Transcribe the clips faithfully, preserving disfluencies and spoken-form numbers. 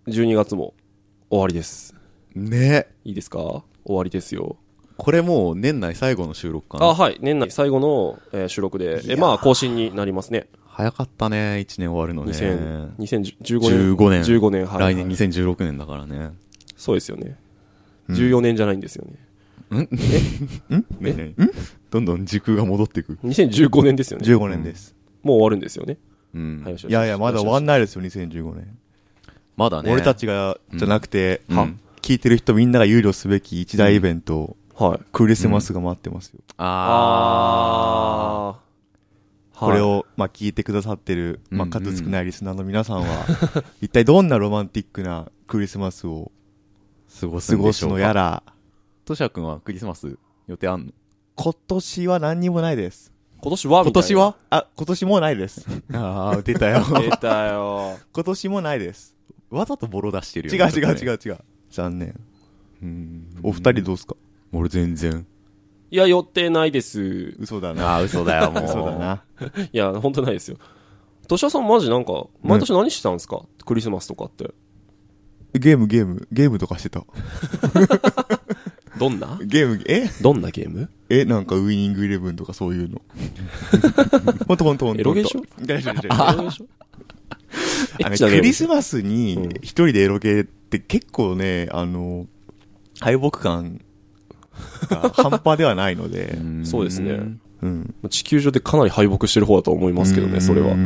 じゅうにがつも終わりです。 ね。 いいですか？終わりですよ。 これもう年内最後の収録かな。 あ、はい。年内最後の、えー、収録で、えまあ更新になりますね。 早かったね。いちねん終わるのね。 にせんじゅうごねん。 じゅうごねん。 じゅうごねん、はい、はい。 来年にせんじゅうろくねんだからね。 そうですよね。じゅうよねんじゃないんですよね。 んえんえねんどんどん時空が戻っていく。 にせんじゅうごねんですよね。 じゅうごねんです。 もう終わるんですよね。 うん。 はい、 いやいや、まだ終わんないですよ、にせんじゅうごねん。 まだね。 俺たちが、じゃなくて、 うん、 は、聞いてる人みんなが憂慮すべき一大イベント、 うん、はい。 クリスマスが待ってますよ。 うん、あー。これを、まあ、聞いてくださってる、まあ、数少ないリスナーの皆さんは、一体どんなロマンティックなクリスマスを過ごすんでしょうか。 過ごすのやら。 としゃくんはクリスマス予定あんの？ 今年は何にもないです。 今年はみたいな。 今年はあ、今年もないです。ああ、出たよ。 出たよ。 今年もないです。 わざとボロ出してるよね。 違う違う違う違う。残念。うん。お二人どうすか？ 俺全然。 いや、予定ないです。 嘘だな。 あ、嘘だよ、もう。 嘘だな。 いや、ほんとないですよ。としゃさんマジなんか、毎年何してたんですか、うん、クリスマスとかって。 ゲームゲーム、ゲームとかしてた。 どんなゲーム、えどんなゲームえ、なんかウイニングイレブンとかそういうの。ほんとほんとほんと。 エロゲーション？ 大丈夫大丈夫。 エロゲーション？ あの、クリスマスに一人でエロゲーって結構ね、あの、敗北感が半端ではないので。 そうですね。 うん。 地球上でかなり敗北してる方だと思いますけどね、それは。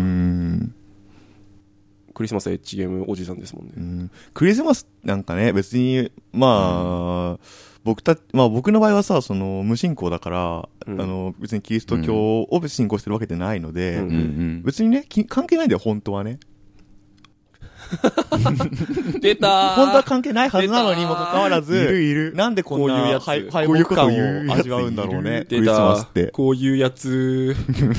クリスマスエッジゲームおじさんですもんね。 うん、クリスマスなんかね、別に、まあ、うん、僕た、まあ僕の場合はさ、その、無信仰だから、うん、あの、別にキリスト教を別に信仰してるわけじゃないので、うんうん、別にね、関係ないんだよ、本当はね。 出たー。 本当は関係ないはずなのにもかかわらず、 いるいる。 なんでこんな敗北感を味わうんだろうね、クリスマスって。 こういうやつ。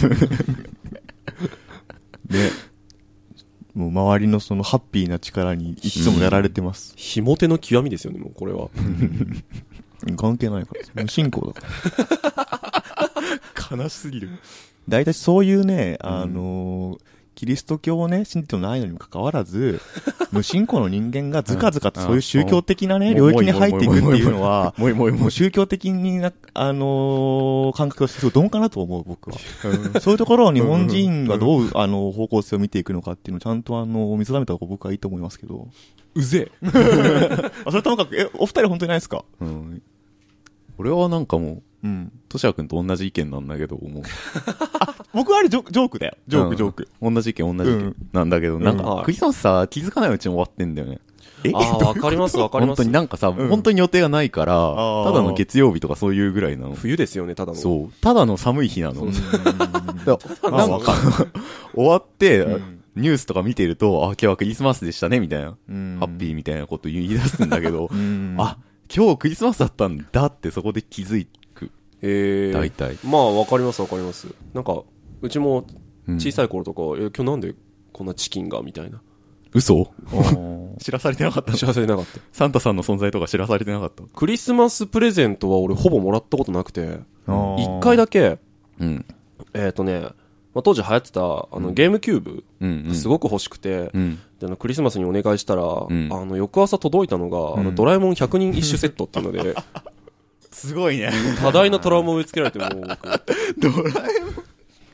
ね。もう周りのそのハッピーな力にいつもやられてます。 ひも手の極みですよね、もうこれは。 関係ないから。無信仰だから。悲しすぎる。 だいたいそういうね、あのー、キリスト教をね、信じてもないのにもかかわらず、無信仰の人間がずかずかとそういう宗教的なね、領域に入っていくっていうのは、もう宗教的にな、あのー、感覚としてすごい鈍感だと思う、僕は。そういうところを日本人がどう、あの、方向性を見ていくのかっていうのをちゃんとあの、見定めた方が僕はいいと思いますけど。 うぜえ。 あ、それともかく、え、お二人本当にないですか？ うん。俺はなんかもう、うん。としやくんと同じ意見なんだけど、もう。 あ、僕はあれジョジョークだよ。ジョーク、うん、ジョーク。 同じ意見、同じ意見。なんだけど、うん、なんか、クリスマスさ、気づかないうちに終わってんだよね。 えああ、わかります、わかります。 本当になんかさ、うん、本当に予定がないから、ただの月曜日とかそういうぐらいなの。 冬ですよね、ただの。 そう。ただの寒い日なの。なんか、終わって、うん、ニュースとか見てると、あ、今日はクリスマスでしたね、みたいな。ハッピーみたいなこと言い出すんだけど、あ、今日クリスマスだったんだってそこで気づく。 へえ。 大体。 まあ、わかりますわかります。なんか、うちも小さい頃とか、うん、え、今日なんでこんなチキンがみたいな。 嘘知らされてなかった。 知らされてなかった。 サンタさんの存在とか知らされてなかった。 クリスマスプレゼントは俺ほぼもらったことなくて、一回だけ、うん、えっ、ー、とね、まあ、当時流行ってたあのゲームキューブがすごく欲しくて、うん、であのクリスマスにお願いしたら、うん、あの翌朝届いたのが、うん、あのドラえもんひゃくにん一首セットっていうので、 すごいね。 多大なトラウマを植え付けられてもう僕ドラえもん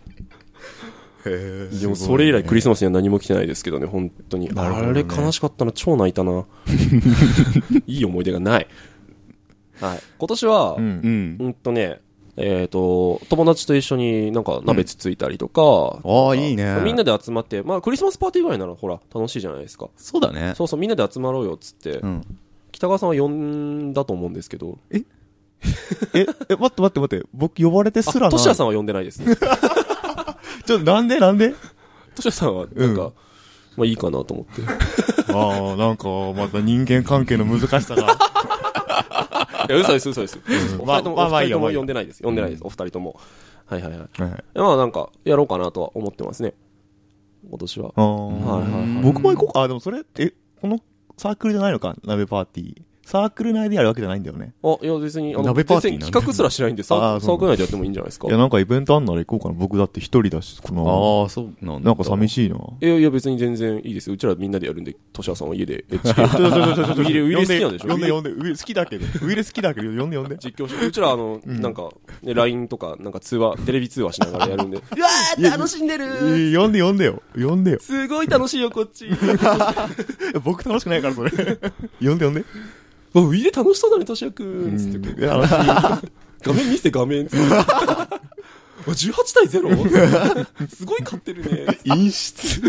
へでもそれ以来クリスマスには何も来てないですけどね、本当に。ね、あれ悲しかったな、超泣いたな。いい思い出がない。はい。今年は、うん、うんとね、えっ、ー、と、友達と一緒になんか鍋つついたりとか、 うん、ああ、いいね。 みんなで集まって、まあクリスマスパーティーぐらいならほら、楽しいじゃないですか。 そうだね。 そうそう、みんなで集まろうよっつって、うん、北川さんは呼んだと思うんですけど。 ええ、え、待って待って待って、僕呼ばれてすらない。 トシヤさんは呼んでないですね。 ちょっとなんでなんでトシヤさんはなんか、うん、まあいいかなと思って。 ああ、なんかまた人間関係の難しさが。 いや、嘘です、嘘です。お二人とも、 まあまあ、 お二人とも呼んでないです。呼んでないです、お二人とも。はいはいはい。まあなんか、やろうかなとは思ってますね。今年は。 はいはいはい。僕も行こうか。あ、でもそれ、え、このサークルじゃないのか鍋パーティー。 サークル内でやるわけじゃないんだよね。 あ、いや別に、あの、 鍋パーティー全然企画すらしないんで、サークル内でやってもいいんじゃないですか。 いや、なんかイベントあんなら行こうかな。僕だって一人だし、この。 ああ、そうなんだ。 なんか寂しいな。 いやいや、別に全然いいですよ。うちらみんなでやるんで、トシヤさんは家でエッチ系。ウイレ、ウイレ好きなんでしょ？ 呼んで呼んで、ウイレ好きだけど。ウイレ好きだけど、呼んで呼んで。 実況して。うちらあの、なんか、ね、ライン とか、なんか通話、テレビ通話しながらやるんで。うわー楽しんでるー呼んで呼んでよ。呼んでよ。 すごい楽しいよ、こっち。 僕楽しくないから、それ。呼んで呼んで。 ウィレ楽しそうだね、トシヤくん。つって。画面見せて画面。つって。じゅうはちたいゼロ? すごい勝ってるね。 陰湿。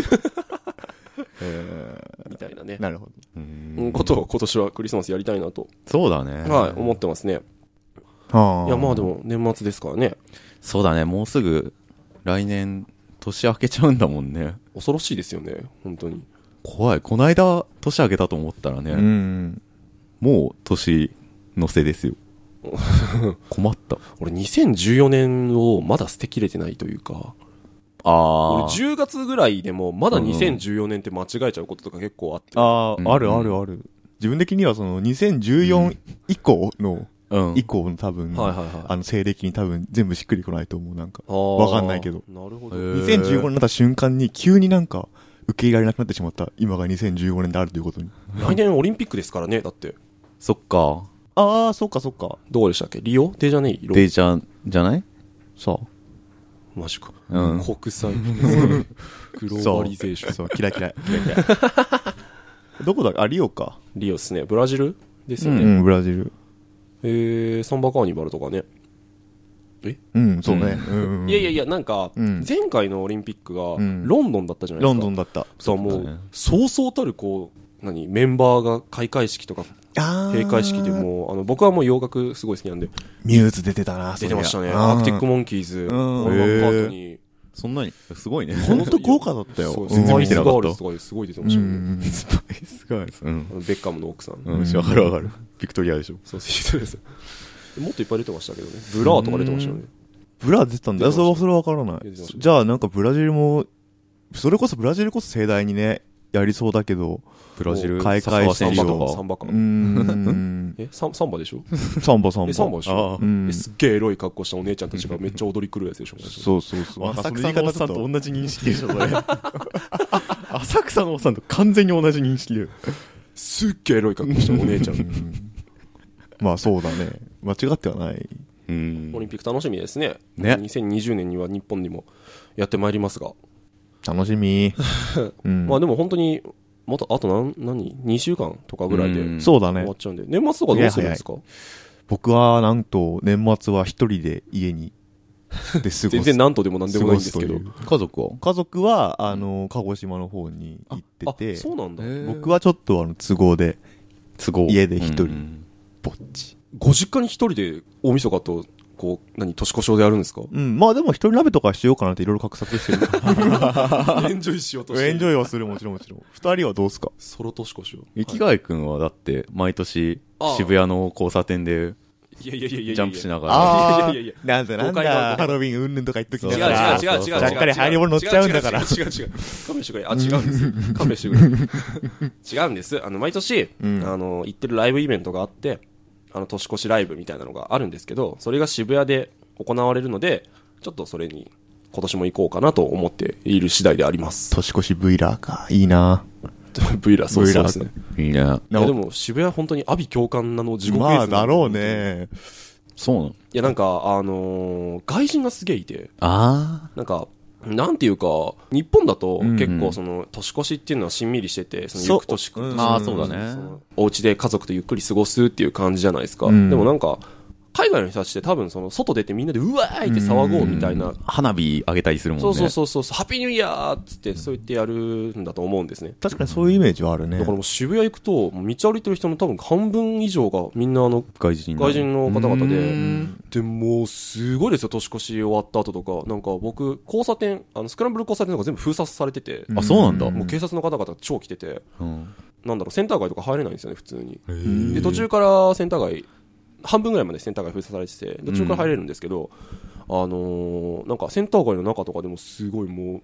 みたいなね。 なるほど。 うん。ことを今年はクリスマスやりたいなと。 そうだね。 はい、思ってますね。 はあ。 いや、まあでも年末ですからね。 そうだね、もうすぐ来年年明けちゃうんだもんね。 恐ろしいですよね、本当に。 怖い。こないだ年明けたと思ったらね。 うん。 もう年の瀬ですよ。困った。 俺にせんじゅうよねんをまだ捨てきれてないというか。 ああ。 俺じゅうがつぐらいでもまだにせんじゅうよねんって間違えちゃうこととか結構あって。 ああ、 うん、 あるあるある。自分的にはそのにせんじゅうよん以降の、うん、以降の多分、はいはいはい、あの西暦に多分全部しっくりこないと思う。なんか。わかんないけど。 なるほど。 にせんじゅうごねんになった瞬間に急になんか受け入れられなくなってしまった。今がにせんじゅうごねんであるということに。 来年オリンピックですからね、だって。 そっか。 ああ、そっかそっか。 どこでしたっけ？リオ？デジャネイロ？ デジャじゃないさあ。 マジか。 うん。 国際。グローバリゼーション。 そう、キラキラ。キラキラ。どこだあ、リオか。 リオっすね。ブラジルですよね。 うん、ブラジル。 えー、サンバカーニバルとかね。えうん、そうね。 いやいやいや、なんか、前回のオリンピックが、ロンドンだったじゃないですか。 ロンドンだった。 そう、もう、そうそうたる、こう、何、メンバーが開会式とか、閉会式でもう、あの、僕はもう洋楽すごい好きなんで。 ミューズ出てたな、 出てましたね。アークティックモンキーズ、音楽パートに。 そんなにすごいね。 ほんと豪華だったよ。 スパイスガールズとかすごい出てましたね。 スパイスガールズ。 ベッカムの奥さん。 うん、わかるわかる。ビクトリアでしょ。 そう、ビクトリアです。もっといっぱい出てましたけどね。ブラーとか出てましたよね。 ブラー出てたんだよ。それはわからない。じゃあなんかブラジルも、それこそブラジルこそ盛大にね、やりそうだけど、 ブラジル開会式を。サンバか。 うん。 え、サンバでしょ？ サンバサンバ。 え、サンバでしょ？すっげえエロい格好したお姉ちゃんたちがめっちゃ踊り狂うやつでしょ？ そうそうそう。 浅草のおっさんと同じ認識でしょ、それ。浅草のおっさんと完全に同じ認識で。 すっげえエロい格好したお姉ちゃん。 まあそうだね。間違ってはない。 オリンピック楽しみですね。ね。にせんにじゅうねんには日本にもやってまいりますが。 楽しみ。 まあでも本当に、また、あと何、何 ?に 週間とかぐらいで。 そうだね。 終わっちゃうんで。年末とかどうするんですか？ 僕はなんと年末は一人で家にで過ごす。 全然なんとでもなんでもないんですけど。 家族は家族は、あの、鹿児島の方に行ってて。 そうなんだ。 僕はちょっとあの、都合で、 都合家で一人、ぼっち。 ご実家に一人で大晦日と、こう、何、年越しをでやるんですか？ うん。まあでも一人鍋とかしようかなっていろいろ画策してる。 エンジョイしようとしてる。 エンジョイはする、もちろんもちろん。二人はどうすか？ ソロ年越しを。 生貝くんはだって、毎年、渋谷の交差点で、 いやいやいやいやジャンプしながら。 ああ、いやいやいや。なんだなんだ、ハロウィンうんぬんとか言っときながら。 違う違う違う違う違う。 ちゃっかり入り物乗っちゃうんだから。 違う違う違う。勘弁してくれ。あ、違うんです。勘弁してくれ。違うんです。あの、毎年、あの、行ってるライブイベントがあって、あの、年越しライブみたいなのがあるんですけど、それが渋谷で行われるので、ちょっとそれに今年も行こうかなと思っている次第であります。 年越し V ラーか。いいな V ラー、そうですね。 いいね。いやでも渋谷本当に阿鼻共感なの地獄絵図。 まあだろうね。 そうなの？いやなんか、あのー、外人がすげえいて。 ああ。 なんか、なんていうか、日本だと結構その、年越しっていうのはしんみりしてて、その、ゆく年く年。 ああ、そうだね。 お家で家族とゆっくり過ごすっていう感じじゃないですか。でもなんか、海外の人たちって多分その外出てみんなでうわーいって騒ごうみたいな、うん、 花火あげたりするもんね。 そうそうそうそう、ハッピーニューイヤーっつってそう言ってやるんだと思うんですね。 確かにそういうイメージはあるね。 だからもう渋谷行くと道歩いてる人の多分半分以上がみんなあの外人外人の方々で、でもうすごいですよ。年越し終わった後とかなんか僕交差点あのスクランブル交差点とか全部封鎖されてて、 あそうなんだ。 もう警察の方々超来てて、うん、なんだろうセンター街とか入れないんですよね普通に。 で途中からセンター街半分ぐらいまでセンター街封鎖されてて、途中から入れるんですけど、うん、あのー、なんかセンター街の中とかでもすごいもう、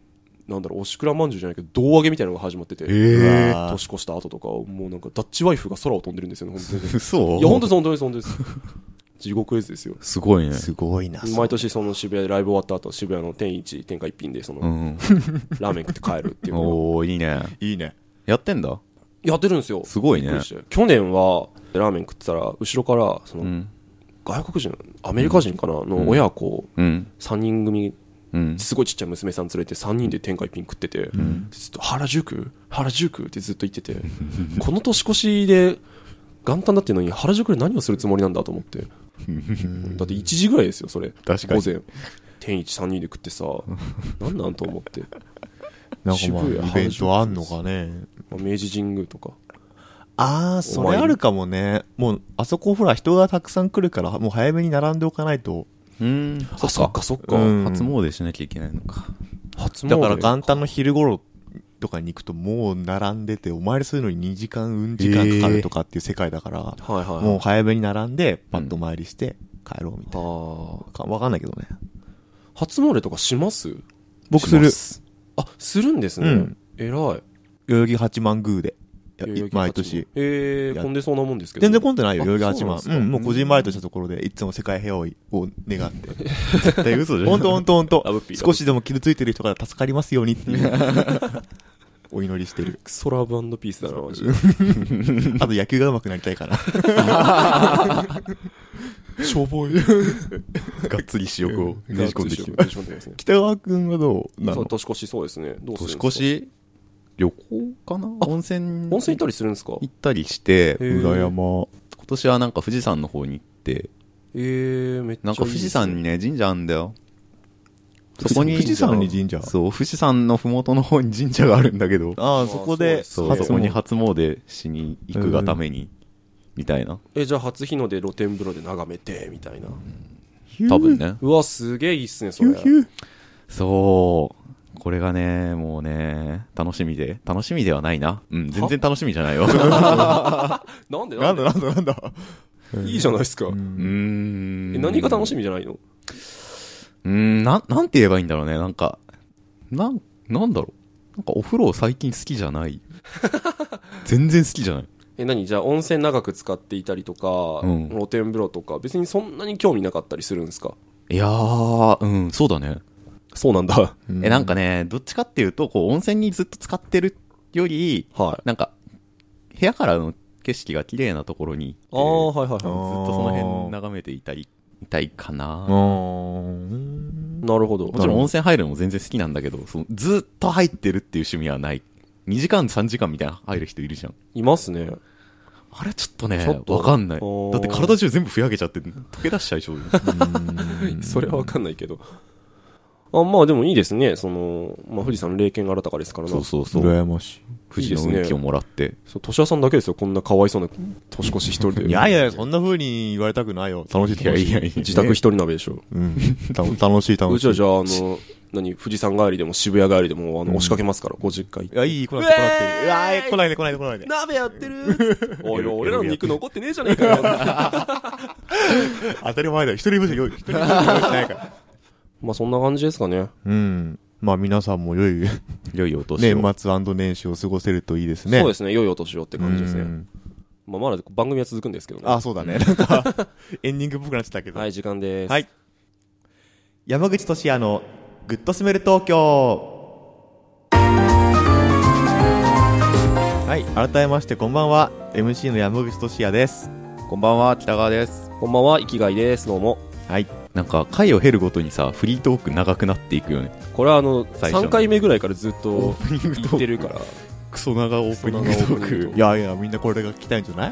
なんだろう、おしくらまんじゅうじゃないけど、胴上げみたいなのが始まってて、 えー年越した後とか、もうなんかダッチワイフが空を飛んでるんですよね、本当に。 そういや、本当です、本当です、本当です。地獄絵図ですよ。 すごいね。 すごいな。 毎年その渋谷でライブ終わった後、渋谷の天一、天下一品で、その、 うん、 ラーメン食って帰るっていうのを。おー、いいね。 いいね。 やってんだ。 やってるんですよ。 すごいね。 去年は、ラーメン食ってたら、後ろから、その、うん、外国人、アメリカ人かな、の親子、さんにん組、うん、すごいちっちゃい娘さん連れてさんにんで天下一品食ってて、うん、ずっと原宿原宿ってずっと言ってて、この年越しで元旦だっていうのに原宿で何をするつもりなんだと思って。だっていちじぐらいですよ、それ。 確かに。 午前。天一さんにんで食ってさ、なんなんと思って。 なんかまあ、イベントあんのかね。 明治神宮とか。 あー、それあるかもね。もう、あそこほら人がたくさん来るから、もう早めに並んでおかないと。 うん。 あ、そっかそっか。 うん、初詣しなきゃいけないのか。 初詣だから元旦の昼頃とかに行くともう並んでて、お参りするのににじかんうん時間かかるとかっていう世界だから、えーはいはい、もう早めに並んで、パッとお参りして帰ろうみたいな。うん、あわかんないけどね。 初詣とかします？ 僕する。 あ、するんですね。うん、偉い。 代々木八幡宮で。毎年。 えー、混んでそうなもんですけど。 全然混んでないよ、代々木八幡。うん、もうこじんまりとしたところで、いつも世界平和を願って。 絶対嘘じゃん。 ほんとほんとほんと。少しでも傷ついてる人が助かりますようにっていう。お祈りしてる。 クソラブ&ピースだな、マジで。 あと野球が上手くなりたいかな。 しょぼい。がっつり視力をねじ込んできてる。 北川くんはどうなの？ 年越しそうですね。どうするんですか？ 年越し旅行かな？温泉。 温泉行ったりするんですか？ 行ったりして、 裏山。 今年はなんか富士山の方に行って、 えー、めっちゃいいですね。 なんか富士山にね、神社あんだよ。そこに、 富士山に神社？ そう、富士山のふもとの方に神社があるんだけど。 ああ、そこで、 そう、そこに初詣しに行くがために、みたいな。 え、じゃあ初日の出露天風呂で眺めて、みたいな。 多分ね。 うわ、すげえいいっすね、それ。 そう。これがね、もうね、楽しみで。楽しみではないな。うん、全然楽しみじゃないよ。 なんでなんだなんだなんだ。 いいじゃないですか。うーん。 え、何が楽しみじゃないの？ うーん、な、なんて言えばいいんだろうね。なんか、なん、なんだろう。なんかお風呂最近好きじゃない。全然好きじゃない。 え、何じゃあ温泉長く使っていたりとか、うん、露天風呂とか、別にそんなに興味なかったりするんですか？ いやー、うん、そうだね。 そうなんだ。 え、なんかね、どっちかっていうと、こう、温泉にずっと使ってるより、はい、なんか、部屋からの景色が綺麗なところに行って、ああ、はいはいはい。ずっとその辺眺めていたい、いたいかな。 なるほど。 もちろん温泉入るのも全然好きなんだけど、そのずっと入ってるっていう趣味はない。にじかん、さんじかんみたいな入る人いるじゃん。 いますね。 あれちょっとね、わかんない。だって体中全部ふやけちゃって、溶け出しちゃいそう。 それはわかんないけど。あ、まあでもいいですね。その、まあ富士山の霊験が新たですからな。 そうそうそう。 羨ましい。 富士の運気をもらって。いいね、 そう、年屋さんだけですよ。こんなかわいそうな年越し一人で。 いやいや、そんな風に言われたくないよ。楽しい楽しい。いやいやいや自宅一人鍋でしょ。 うん。楽しい楽しい。 うちはじゃあ、あの、何、富士山帰りでも渋谷帰りでも、あの、押しかけますから、ご実家行って。 いや、いい、来なくて来なくて。うわー、来ないで来ないで来ないで。 鍋やってるおい、俺らの肉残ってねえじゃねえかよ。 当たり前だよ。一人分用意、一人分用意しないから。 まあそんな感じですかね。 うん。まあ皆さんも良い、 良いお年を。 年末&年始を過ごせるといいですね。 そうですね。良いお年をって感じですね。まあまだ番組は続くんですけどね。 あ、そうだね。なんか、エンディングっぽくなってたけど。 はい、時間です。 はい。山口俊也のグッドスメル東京。はい、改めましてこんばんは。エムシー の山口俊也です。 こんばんは、北川です。 こんばんは、生きがいです。どうも。 はい。 なんか回を経るごとにさ、フリートーク長くなっていくよね。 これはあのさんかいめぐらいからずっと言ってるからクソ長オープニングトーク。 いやいや、みんなこれが聞きたいんじゃない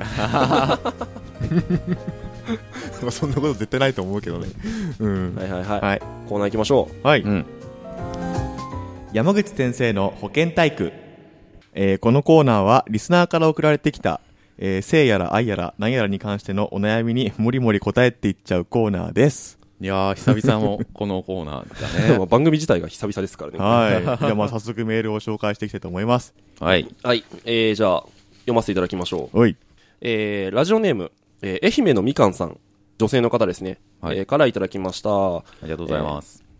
そんなこと絶対ないと思うけどね。 うん。はいはいはい。はい、コーナー行きましょう。はい。うん、山口先生の保健体育。えー、このコーナーはリスナーから送られてきた、えー、性やら愛やら何やらに関してのお悩みにもりもり答えていっちゃうコーナーです。 いやー、久々のこのコーナーだね。 番組自体が久々ですからね。 はい。じゃあまあ早速メールを紹介していきたいと思います。 はい。 はい。えー、じゃあ、読ませていただきましょう。 はい。 えー、ラジオネーム、えー、愛媛のみかんさん、女性の方ですね。はい。えー、からいただきました。ありがとうございます。 え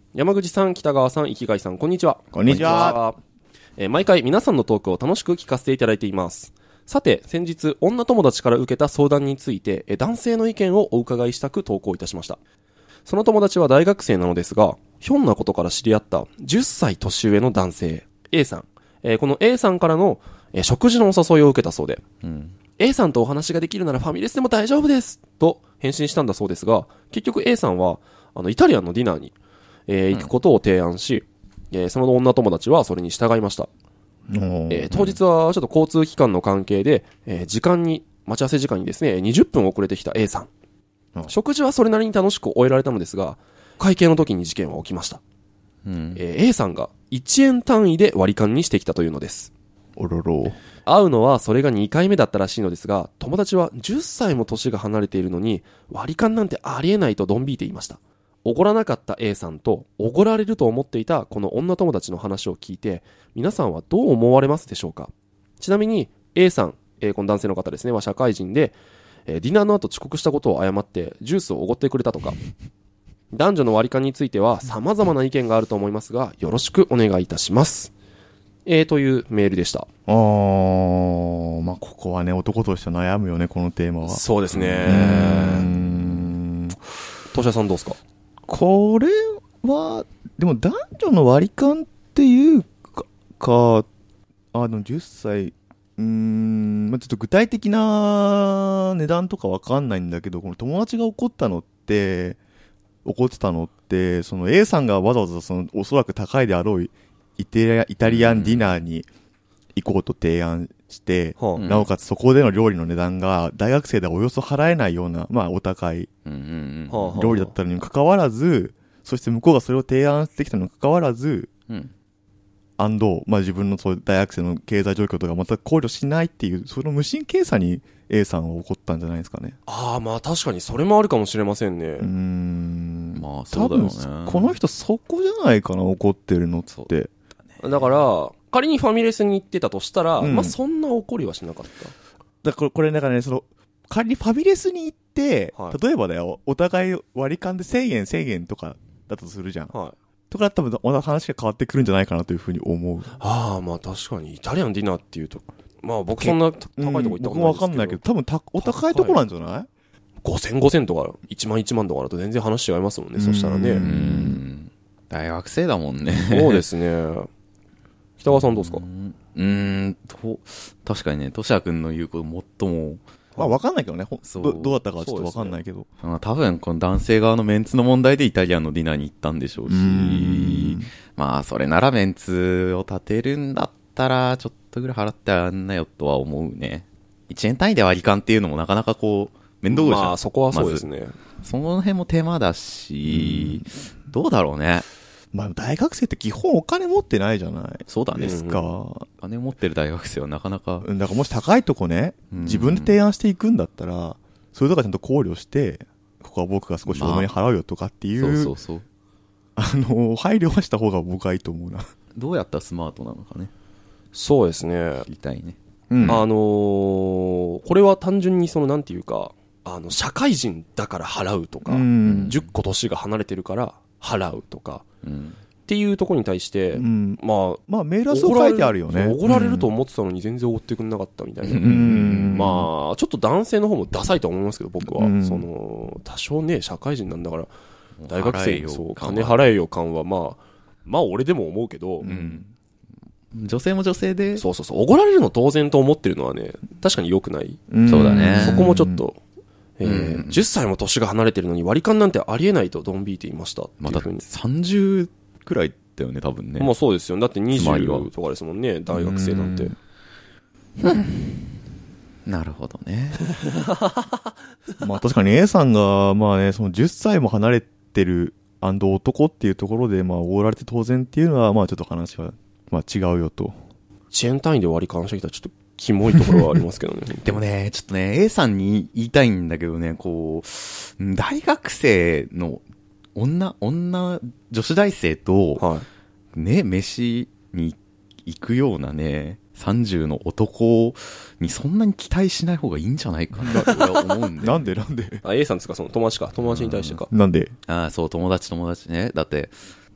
山口さん、北川さん、生きがいさん、こんにちは。 こんにちは。 えー、毎回皆さんのトークを楽しく聞かせていただいています。さて、先日、女友達から受けた相談について、えー、男性の意見をお伺いしたく投稿いたしました。その友達は大学生なのですが、ひょんなことから知り合ったじゅっさい年上の男性、A さん。えー、この A さんからの、えー、食事のお誘いを受けたそうで、うん、A さんとお話ができるならファミレスでも大丈夫ですと返信したんだそうですが、結局 A さんは、あの、イタリアンのディナーに、えー、行くことを提案し、うん、えー、その女友達はそれに従いました。えー、当日はちょっと交通機関の関係で、えー、時間に、待ち合わせ時間にですね、にじゅっぷん遅れてきた A さん。うん、食事はそれなりに楽しく終えられたのですが、会計の時に事件は起きました。うんえー、A さんがいちえん単位で割り勘にしてきたというのです。 おろろ。 会うのはそれがにかいめだったらしいのですが、友達はじゅっさいも年が離れているのに、割り勘なんてありえないとドン引いていました。おごらなかった A さんと、おごられると思っていたこの女友達の話を聞いて、皆さんはどう思われますでしょうか。ちなみに A さん、えー、この男性の方ですね、は社会人で、えー、ディナーの後遅刻したことを謝ってジュースをおごってくれたとか、男女の割り勘については様々な意見があると思いますが、よろしくお願いいたします。えー、というメールでした。 あー、まあ、ここはね、男として悩むよね、このテーマは。 そうですね。うーん。トシヤさんどうですか？ これは、でも男女の割り勘っていうか、かあの、じゅっさい、うーん、まあ、ちょっと具体的な値段とかわかんないんだけど、この友達が怒ったのって、怒ってたのって、その A さんがわざわざその、おそらく高いであろうイタリ、イタリアンディナーに行こうと提案して、うん、なおかつそこでの料理の値段が大学生ではおよそ払えないような、まあお高い料理だったのにもかかわらず、そして向こうがそれを提案してきたのにもかかわらず、うん、アンド、まあ自分のそういう大学生の経済状況とか全く考慮しないっていう、その無神経さに A さんは怒ったんじゃないですかね。 ああ、まあ確かにそれもあるかもしれませんね。うーん。 まあそうだよね。 多分この人そこじゃないかな、怒ってるのって。 だから、仮にファミレスに行ってたとしたら、うん、まあそんな怒りはしなかった。 だからこれ、だからね、その、仮にファミレスに行って、はい、例えばだよ、お互い割り勘でせんえん、せんえんとかだとするじゃん。はい。とか多分、また話が変わってくるんじゃないかなというふうに思う。 ああ、まあ確かに、イタリアンディナーっていうと、まあ僕そんな高いとこ行ったことないですけど。僕もわかんないけど、多分た、お高いとこなんじゃない ? ごせん、ごせんとか、いちまん、いちまんとかだと全然話違いますもんね、そしたらね。うーん。 大学生だもんね。 そうですね。北川さんどうですか？うーんと、確かにね、としやくんの言うこと最も、 まあわかんないけどね、ど、どうだったかはちょっとわかんないけど。 ね、多分この男性側のメンツの問題でイタリアンのディナーに行ったんでしょうし、うまあそれならメンツを立てるんだったら、ちょっとぐらい払ってあんなよとは思うね。いちえん単位で割り勘っていうのもなかなかこう、面倒じゃん。 まあそこはそうですね。 ま、その辺も手間だし、どうだろうね。 まあ大学生って基本お金持ってないじゃないそうだね。 ですか。 お金持ってる大学生はなかなか。 だからもし高いとこね、自分で提案していくんだったら、そういうとこちゃんと考慮して、ここは僕が少し多めに払うよとかっていう、まあ、そうそうそう。あの、配慮はした方が僕はいいと思うな。 どうやったらスマートなのかね。 そうですね。 知りたいね。 うん、あのー、これは単純にそのなんていうか、あの、社会人だから払うとか、うん、じゅっこ年が離れてるから払うとか、うん、っていうところに対して、うん、まあ、 まあメールはそう書いてあるよね。 おごられると思ってたのに全然おごってくれなかったみたいな。うん、まあ、ちょっと男性の方もダサいと思いますけど、僕は。うん、その、多少ね、社会人なんだから、大学生にそう、金払えよ感は、まあ、まあ俺でも思うけど、うん女性も女性で。 そうそうそう。おごられるの当然と思ってるのはね、確かに良くない。 そうだね。 そこもちょっと、えーうん、じゅっさいも年が離れてるのに割り勘なんてありえないとドン引いていましたっていうふうに。 またさんじゅうくらいだよね、多分ね。 まあそうですよ。だってにじゅうとかですもんね、大学生なんて。 なるほどね。 まあ確かに A さんが、まあね、そのじゅっさいも離れてる男っていうところで、まあおごられて当然っていうのは、まあちょっと話は、まあ違うよと。 チェーン単位で割り勘してきたらちょっとキモいところはありますけどね。 でもね、ちょっとね、A さんに言いたいんだけどね、こう、大学生の女、女、女子大生と、はい、ね、飯に行くようなね、さんじゅうの男にそんなに期待しない方がいいんじゃないかなと俺は思うんで。 なんでなんであ、A さんですかその友達か。友達に対してか。 なんでああ、そう、友達友達ね。だって、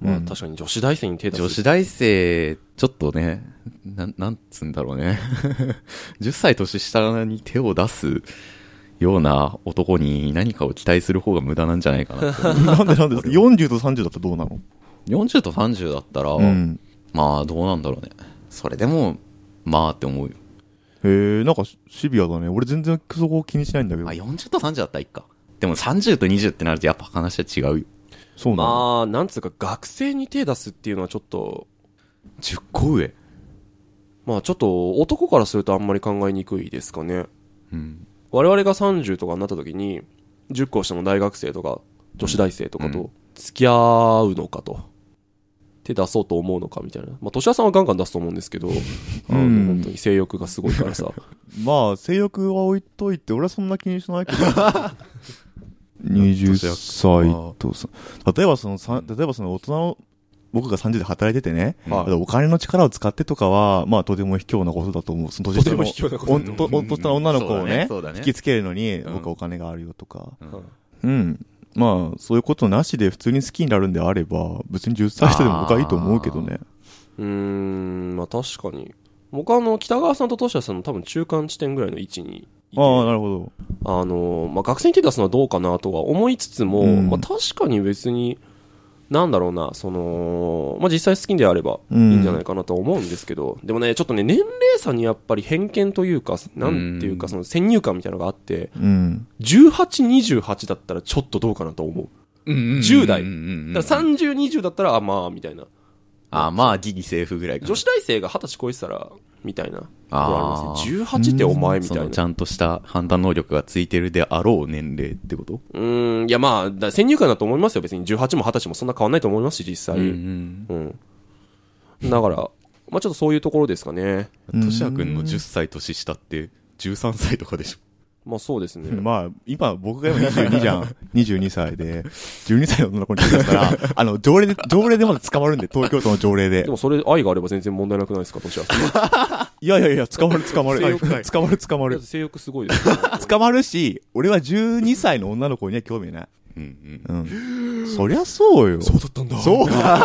まあ確かに女子大生に手出す。 女子大生、ちょっとね、な、なんつうんだろうね。じゅっさい年下に手を出すような男に何かを期待する方が無駄なんじゃないかなって。 なんでなんでよんじゅうとさんじゅうだったらどうなの？ よんじゅう とさんじゅうだったら、うん、まあどうなんだろうね。それでも、まあって思うよ。 へえ、なんかシビアだね。俺全然そこ気にしないんだけど。 あ、よんじゅうとさんじゅうだったらいいか。でもさんじゅうとにじゅうってなるとやっぱ話は違うよ。 そうなの？ まあ、なんつうか学生に手出すっていうのはちょっと、 じゅっこ上。 まあちょっと男からするとあんまり考えにくいですかね。 うん。 我々がさんじゅうとかになった時に、じゅっこ下の大学生とか女子大生とかと付き合うのかと。手出そうと思うのかみたいな。まあ、年屋さんはガンガン出すと思うんですけど、あの、うん、本当に性欲がすごいからさ。 まあ、性欲は置いといて、俺はそんな気にしないけど。はたちとさ、例えばその、例えばその大人の、僕がさんじゅうで働いててね、はい、お金の力を使ってとかは、まあ、とても卑怯なことだと思う。その年下の、年下の女の子をね、ねね引きつけるのに、うん、僕はお金があるよとか。うん、うんまあ、そういうことなしで普通に好きになるんであれば、別にじゅっさい下でも僕はいいと思うけどね。 うーん、まあ確かに。僕はあの、北川さんと俊也さんの多分中間地点ぐらいの位置にいて。 ああ、なるほど。あの、まあ学生に手出すのはどうかなとは思いつつも、うん、まあ確かに別に、なんだろうな、その、まあ、実際好きであればいいんじゃないかなと思うんですけど、うん、でもね、ちょっとね、年齢差にやっぱり偏見というか、なんていうか、その先入観みたいなのがあって、うん、じゅうはち、にじゅうはちだったらちょっとどうかなと思う。うんうんうんうん、じゅう代。だからさんじゅう、にじゅうだったら、あ、まあ、みたいな。 あ、まあ、ギリセーフぐらいかな。 女子大生がはたち超えてたら、みたいな。ああ。じゅうはちってお前みたいな。 ちゃんとした判断能力がついてるであろう年齢ってこと？ うーん、いやまあ、だ先入観だと思いますよ。別にじゅうはちもはたちもそんな変わんないと思いますし、実際。うん、うん。うん。だから、まあちょっとそういうところですかね。 としやくんのじゅっさい年下ってじゅうさんさいとかでしょ。 まあそうですね。 まあ、今僕が今にじゅうにじゃん。にじゅうにさいで、じゅうにさいの女の子に言ったら、あの、条例で、条例でまだ捕まるんで、東京都の条例で。 でもそれ愛があれば全然問題なくないですか、年は。 いやいやいや、捕まる捕まる。捕まる捕まる。 性欲すごいですね。 捕まるし、俺はじゅうにさいの女の子には興味ない。うんうん。うん。そりゃそうよ。 そうだったんだ。 そう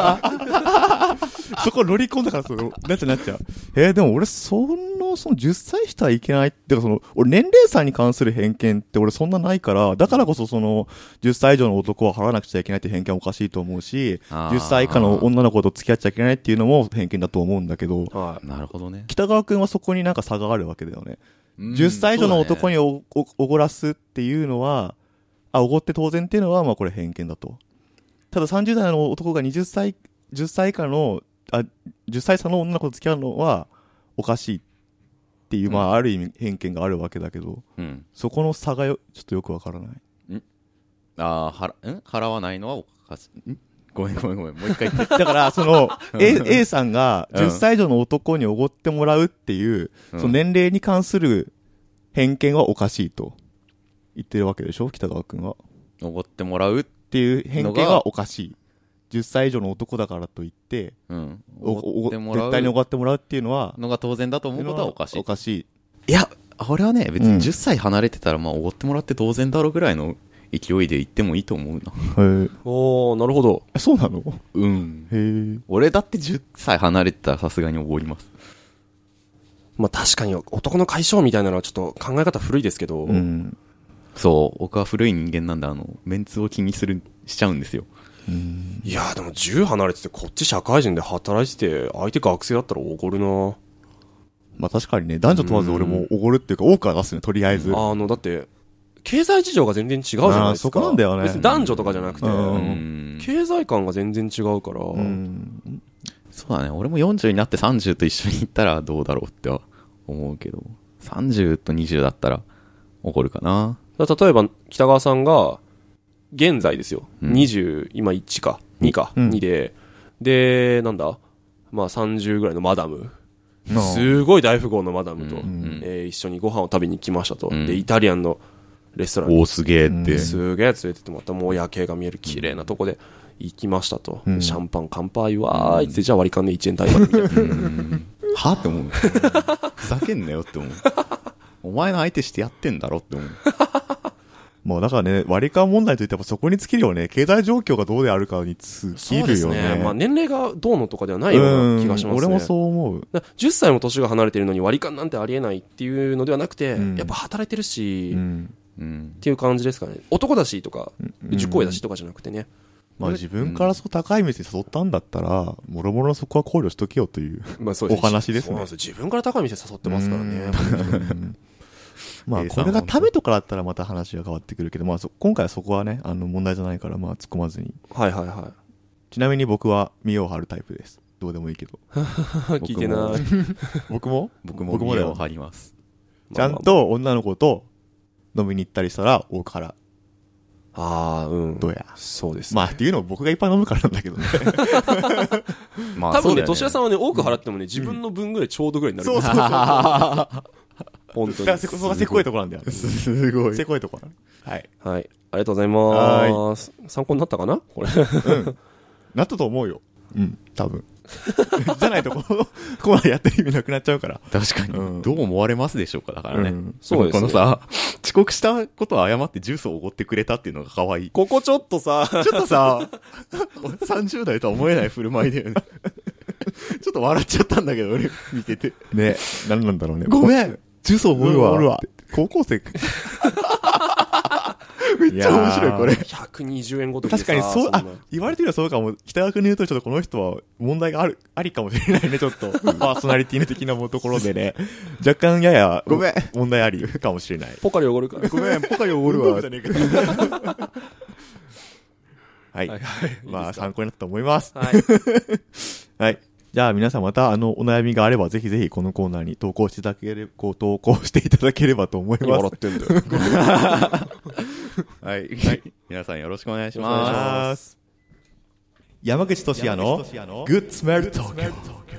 そこ乗り込んだからそう、なっちゃうなっちゃう。えー、でも俺、その、そのじゅっさい下はいけないって、かその、俺年齢差に関する偏見って俺そんなないから、だからこそその、じゅっさい以上の男は払わなくちゃいけないって偏見はおかしいと思うし、じゅっさい以下の女の子と付き合っちゃいけないっていうのも偏見だと思うんだけど、 はい、なるほどね。 北川くんはそこになんか差があるわけだよね。じゅっさい以上の男にお、お、おごらすっていうのは、あ、おごって当然っていうのは、まあこれ偏見だと。たださんじゅう代の男がにじゅっさい、じゅっさい以下の、あ、じゅっさい差の女の子と付き合うのはおかしいっていう、うん、まあある意味偏見があるわけだけど、うん、そこの差がよちょっとよくわからない。 んあー、はら、ん払わないのはおかしい。んごめんごめんごめん。もう一回言って。 だから、その、A、A さんがじゅっさい以上の男におごってもらうっていう、うん、その年齢に関する偏見はおかしいと言ってるわけでしょ、北川くんは。 おごってもらうっていう偏見はおかしい。じゅっさい以上の男だからといって、うん、おお絶対におごってもらうっていうのは、 のが当然だと思うことはおかしい。 おかしい。 いや、俺はね、別にじゅっさい離れてたら、まあ、おごってもらって当然だろうぐらいの勢いで言ってもいいと思うな。 へえ。 おー、なるほど。 そうなの？ うん。 へえ。 俺だってじゅっさい離れてたらさすがにおごります。 まあ確かに男の解消みたいなのはちょっと考え方古いですけど、うん。 そう、僕は古い人間なんで、あの、メンツを気にする、しちゃうんですよ。 うんいやーでもじゅう離れててこっち社会人で働いてて相手学生だったらおごるな。 まあ確かにね、男女問わず俺もおごるっていうか多くは出すね、とりあえず。 あの、だって、経済事情が全然違うじゃないですか。 そこなんだよね。 別に男女とかじゃなくて、うん経済観が全然違うから。うんそうだね、俺もよんじゅうになってさんじゅうと一緒に行ったらどうだろうっては思うけど、さんじゅうとにじゅうだったらおごるかな。 例えば、北川さんが、現在ですよ。うん、にじゅう、今いちか、にか、うん、にで、で、なんだまあさんじゅうぐらいのマダム。すごい大富豪のマダムと、うんえー、一緒にご飯を食べに来ましたと。うん、で、イタリアンのレストランに。 おー、すげーって。 すげー連れてってもらった。もう夜景が見える綺麗なとこで行きましたと。うん、シャンパン乾杯わーいって、じゃあ割り勘でいちえん対価みたいな。 はって思う。ふざけんなよって思う。お前の相手してやってんだろって思う。 まあだからね、割り勘問題といってやっぱそこに尽きるよね。経済状況がどうであるかに尽きるよね。そうですね。 まあ年齢がどうのとかではないような気がしますね。 俺もそう思う。 じゅっさいも年が離れてるのに割り勘なんてありえないっていうのではなくて、うん、やっぱ働いてるし、うんうん、っていう感じですかね。男だしとか、じゅっこ上だしとかじゃなくてね。 まあ自分からそう高い店に誘ったんだったら、もろもろそこは考慮しとけよという、まあそうですお話ですね。そうなんですよ。 自分から高い店誘ってますからね。 まあこれがためとかだったらまた話が変わってくるけど、まあ今回はそこはね、あの問題じゃないからまあ突っ込まずに。 はいはいはい。 ちなみに僕は見栄を張るタイプです。どうでもいいけど。 聞いてない。 僕も僕も見栄を張ります。 ちゃんと女の子と飲みに行ったりしたら多く払う。 ああ、うん。 どうや。 そうです、 ね。まあ、っていうのを僕がいっぱい飲むからなんだけどね。 まあ、多分ね、年屋さんはね、多く払ってもね、自分の分ぐらいちょうどぐらいになる。 そうそうそう。 本当に。 そこがせこいとこなんだよ。すごい。せこいとこ。はい。 はい。ありがとうございます。参考になったかなこれ。うん。 なったと思うよ。うん、多分。じゃないとこのコーナーやってる意味なくなっちゃうから。 確かに、うん。どう思われますでしょうかだからね。うん、 そうですね。 このさ、遅刻したことを謝ってジュースをおごってくれたっていうのが可愛い。 ここちょっとさ、 ちょっとさ、さんじゅう代とは思えない振る舞いだよね。ちょっと笑っちゃったんだけど、俺、見てて。ね、何なんだろうね。 ごめんジュースをおごるわ。おごるわ。 高校生めっちゃ面白い、これ。 ひゃくにじゅうえんごとか。確かにそう、あ、言われてみればそうかも。北川君に言うと、ちょっとこの人は問題がある、ありかもしれないね、ちょっと。パーソナリティの的なところでね。若干やや、ごめん。問題ありかもしれない。 ポカリおごるから。 ごめん、ポカリおごるわ。はい。まあ、参考になったと思います。はい。はい。じゃあ皆さんまたあのお悩みがあればぜひぜひこのコーナーに投稿していただければ、こう投稿していただければと思います。 笑ってんだよ。 はい。はい。皆さんよろしくお願いします。 山口俊也の Good Smell Tokyo。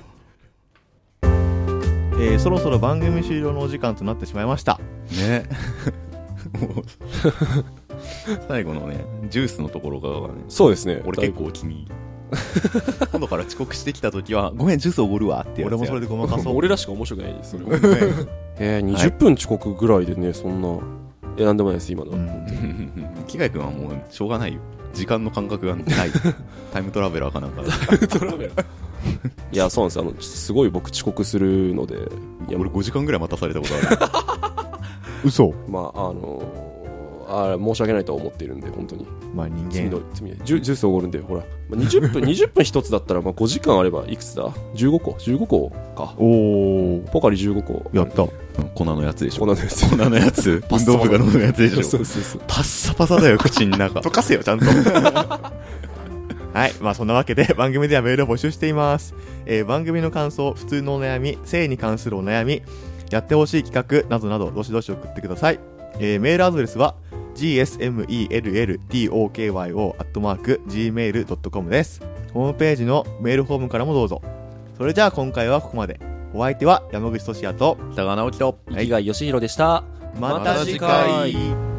えー、そろそろ番組終了のお時間となってしまいました。 ね。もう最後のね、ジュースのところがね。 そうですね。 俺結構気に。今度から遅刻してきたときは、ごめん、ジュースおごるわってやつや。 俺もそれでごまかそう。 俺らしか面白くないです。それえー、にじゅっぷん遅刻ぐらいでね、そんな、選んでもないです、今の。 木貝君はもう、しょうがないよ。時間の感覚がない。タイムトラベラーかなんか。 タイムトラベラーいや、そうなんです。あの、すごい僕遅刻するので。 いや、俺ごじかんぐらい待たされたことある。 嘘。 まあ、あのー、あ申し訳ないと思っているんで、本当に。 まあ人間。 罪の罪でジュ、ジュースおごるんで、ほら。まあ、にじゅっぷん、にじゅっぷん一つだったら、まあごじかんあればいくつだ ?じゅうご 個 ?じゅうご 個か。 おー。 ポカリじゅうごこ。 やった。 粉のやつでしょ。 粉のやつ。 粉のやつ。運動部が飲むやつでしょ。 そうそうそう。 パッサパサだよ、口の中。 溶かせよ、ちゃんと。はい。まあそんなわけで番組ではメールを募集しています。えー、番組の感想、普通のお悩み、性に関するお悩み、やってほしい企画などなどどしどし送ってください。えー、メールアドレスは ジーエスエムイーエルエルティーオーケーワイオー アットマーク ジーメールドットコム です。ホームページのメールフォームからもどうぞ。それじゃあ今回はここまで。お相手は山口俊也と北川直樹と池貝義弘でした。 また次回。